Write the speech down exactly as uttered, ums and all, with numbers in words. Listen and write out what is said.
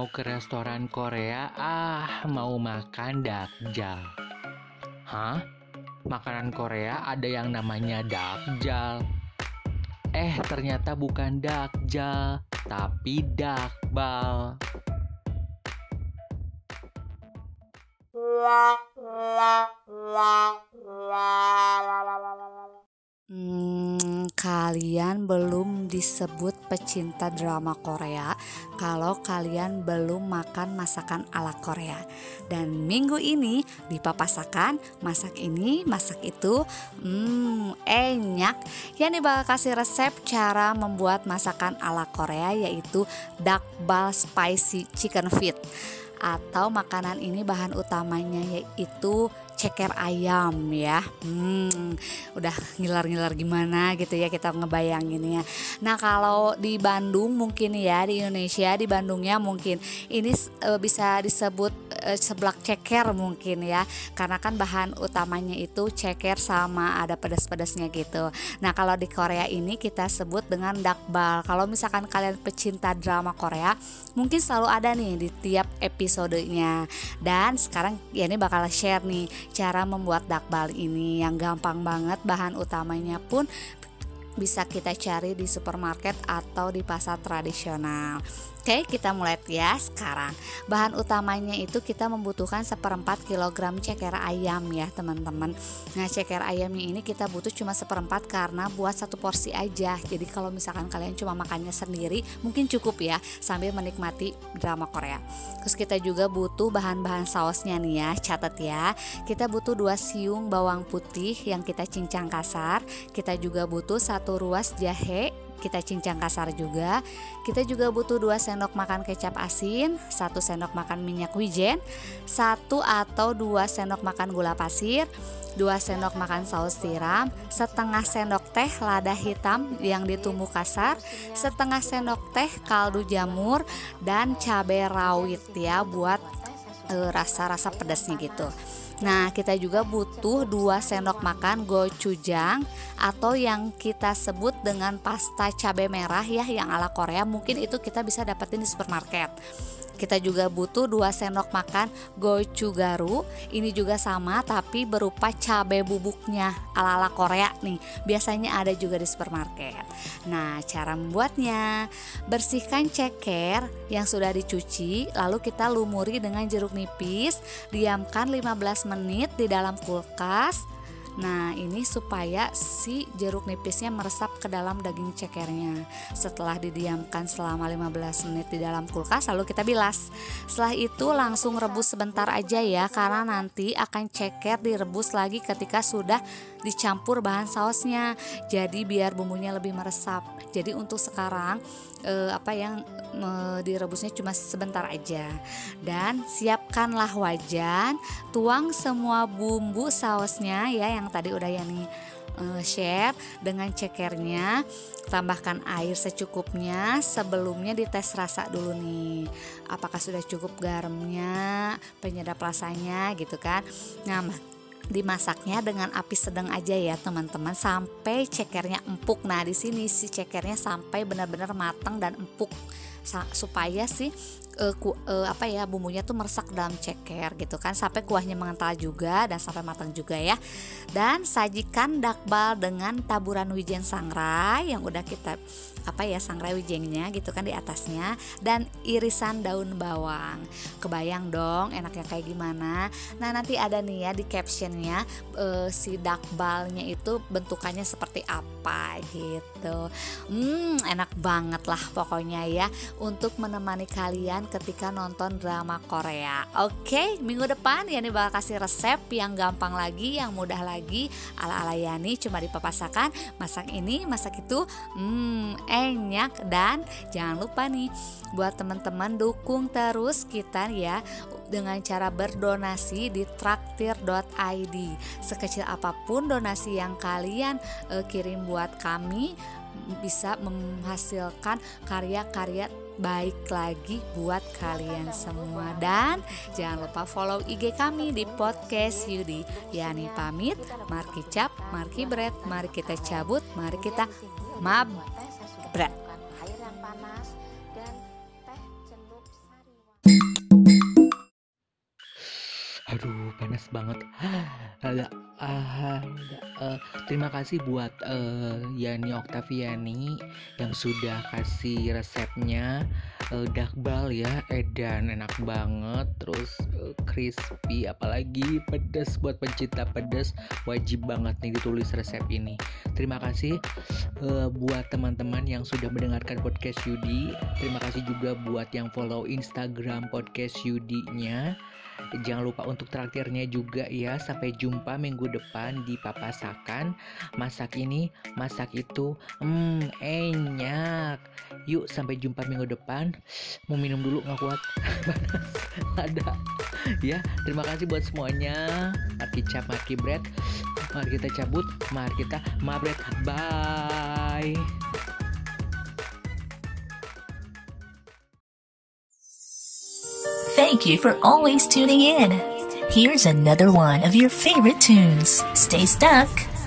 ke restoran Korea, ah mau makan dakjal. Hah? Makanan Korea ada yang namanya dakjal. Eh, ternyata bukan dakjal, tapi dakbal. Hmm, kalian belum disebut pecinta drama Korea kalau kalian belum makan masakan ala Korea. Dan minggu ini di Papasakan, masak ini, masak itu, hmm, enak. Yani bakal kasih resep cara membuat masakan ala Korea, yaitu dakbal spicy chicken feet. Atau makanan ini bahan utamanya yaitu ceker ayam ya. Hmm, udah ngiler-ngiler gimana gitu ya kita ngebayanginnya. Nah, kalau di Bandung mungkin ya, di Indonesia di Bandungnya mungkin ini e, bisa disebut e, seblak ceker mungkin ya. Karena kan bahan utamanya itu ceker sama ada pedas-pedasnya gitu. Nah, kalau di Korea ini kita sebut dengan dakbal. Kalau misalkan kalian pecinta drama Korea, mungkin selalu ada nih di tiap episodenya. Dan sekarang ya ini bakal share nih cara membuat dakbal ini yang gampang banget. Bahan utamanya pun bisa kita cari di supermarket atau di pasar tradisional. Oke, kita mulai ya sekarang. Bahan utamanya itu kita membutuhkan seperempat kilogram ceker ayam ya teman-teman. Nah, ceker ayamnya ini kita butuh cuma seperempat karena buat satu porsi aja. Jadi kalau misalkan kalian cuma makannya sendiri mungkin cukup ya sambil menikmati drama Korea. Terus kita juga butuh bahan-bahan sausnya nih ya, catat ya. Kita butuh dua siung bawang putih yang kita cincang kasar. Kita juga butuh satu ruas jahe, kita cincang kasar juga. Kita juga butuh dua sendok makan kecap asin, satu sendok makan minyak wijen, satu atau dua sendok makan gula pasir, dua sendok makan saus tiram, setengah sendok teh lada hitam yang ditumbuk kasar, setengah sendok teh kaldu jamur, dan cabai rawit ya buat e, rasa-rasa pedasnya gitu. Nah, kita juga butuh dua sendok makan gochujang atau yang kita sebut dengan pasta cabai merah ya, yang ala Korea. Mungkin itu kita bisa dapetin di supermarket. Kita juga butuh dua sendok makan gochugaru. Ini juga sama tapi berupa cabai bubuknya ala-ala Korea nih. Biasanya ada juga di supermarket. Nah, cara membuatnya: bersihkan ceker yang sudah dicuci, lalu kita lumuri dengan jeruk nipis, diamkan lima belas menit di dalam kulkas. Nah, ini supaya si jeruk nipisnya meresap ke dalam daging cekernya. Setelah didiamkan selama lima belas menit di dalam kulkas, lalu kita bilas. Setelah itu langsung rebus sebentar aja ya, karena nanti akan ceker direbus lagi ketika sudah dicampur bahan sausnya. Jadi biar bumbunya lebih meresap. Jadi untuk sekarang eh, apa yang eh, direbusnya cuma sebentar aja. Dan siapkanlah wajan, tuang semua bumbu sausnya ya yang tadi udah Yani uh, share dengan cekernya. Tambahkan air secukupnya. Sebelumnya dites rasa dulu nih, apakah sudah cukup garamnya, penyedap rasanya gitu kan. Nah, dimasaknya dengan api sedang aja ya teman-teman sampai cekernya empuk. Nah, di sini si cekernya sampai benar-benar matang dan empuk supaya sih uh, ku, uh, apa ya bumbunya tuh meresap dalam ceker gitu kan, sampai kuahnya mengental juga dan sampai matang juga ya. Dan sajikan dakbal dengan taburan wijen sangrai yang udah kita apa ya sangrai wijennya gitu kan di atasnya, dan irisan daun bawang. Kebayang dong enaknya kayak gimana. Nah, nanti ada nih ya di captionnya uh, si dakbalnya itu bentukannya seperti apa gitu. Hmm, enak banget lah pokoknya ya untuk menemani kalian ketika nonton drama Korea. Oke, minggu depan Yani bakal kasih resep yang gampang lagi, yang mudah lagi, ala-ala Yani cuma dipapasakan, masak ini, masak itu. Hmm, enak. Dan jangan lupa nih buat teman-teman dukung terus kita ya dengan cara berdonasi di traktir dot i d. Sekecil apapun donasi yang kalian e, kirim buat kami bisa menghasilkan karya-karya baik lagi buat kalian semua. Dan jangan lupa follow I G kami di podcast Yudi. Yani pamit, marki cap, marki bread, mari kita cabut, mari kita mabret. Aduh, panas banget. Ada, ah, eh, terima kasih buat eh, Yani Oktaviani yang sudah kasih resepnya. Eh, dakbal ya, edan enak banget, terus eh, crispy, apalagi pedas. Buat pencinta pedas wajib banget nih ditulis resep ini. Terima kasih eh, buat teman-teman yang sudah mendengarkan podcast Yudi. Terima kasih juga buat yang follow Instagram podcast Yudi-nya. Jangan lupa untuk traktirnya juga ya. Sampai jumpa minggu depan di Papasakan. Masak ini, masak itu, hmm, enak. Yuk, sampai jumpa minggu depan. Mau minum dulu, gak kuat. Ada. Ya, terima kasih buat semuanya. Mari cap, mari bread. Mari kita cabut, mari kita mabret. Bye. Thank you for always tuning in. Here's another one of your favorite tunes. Stay stuck.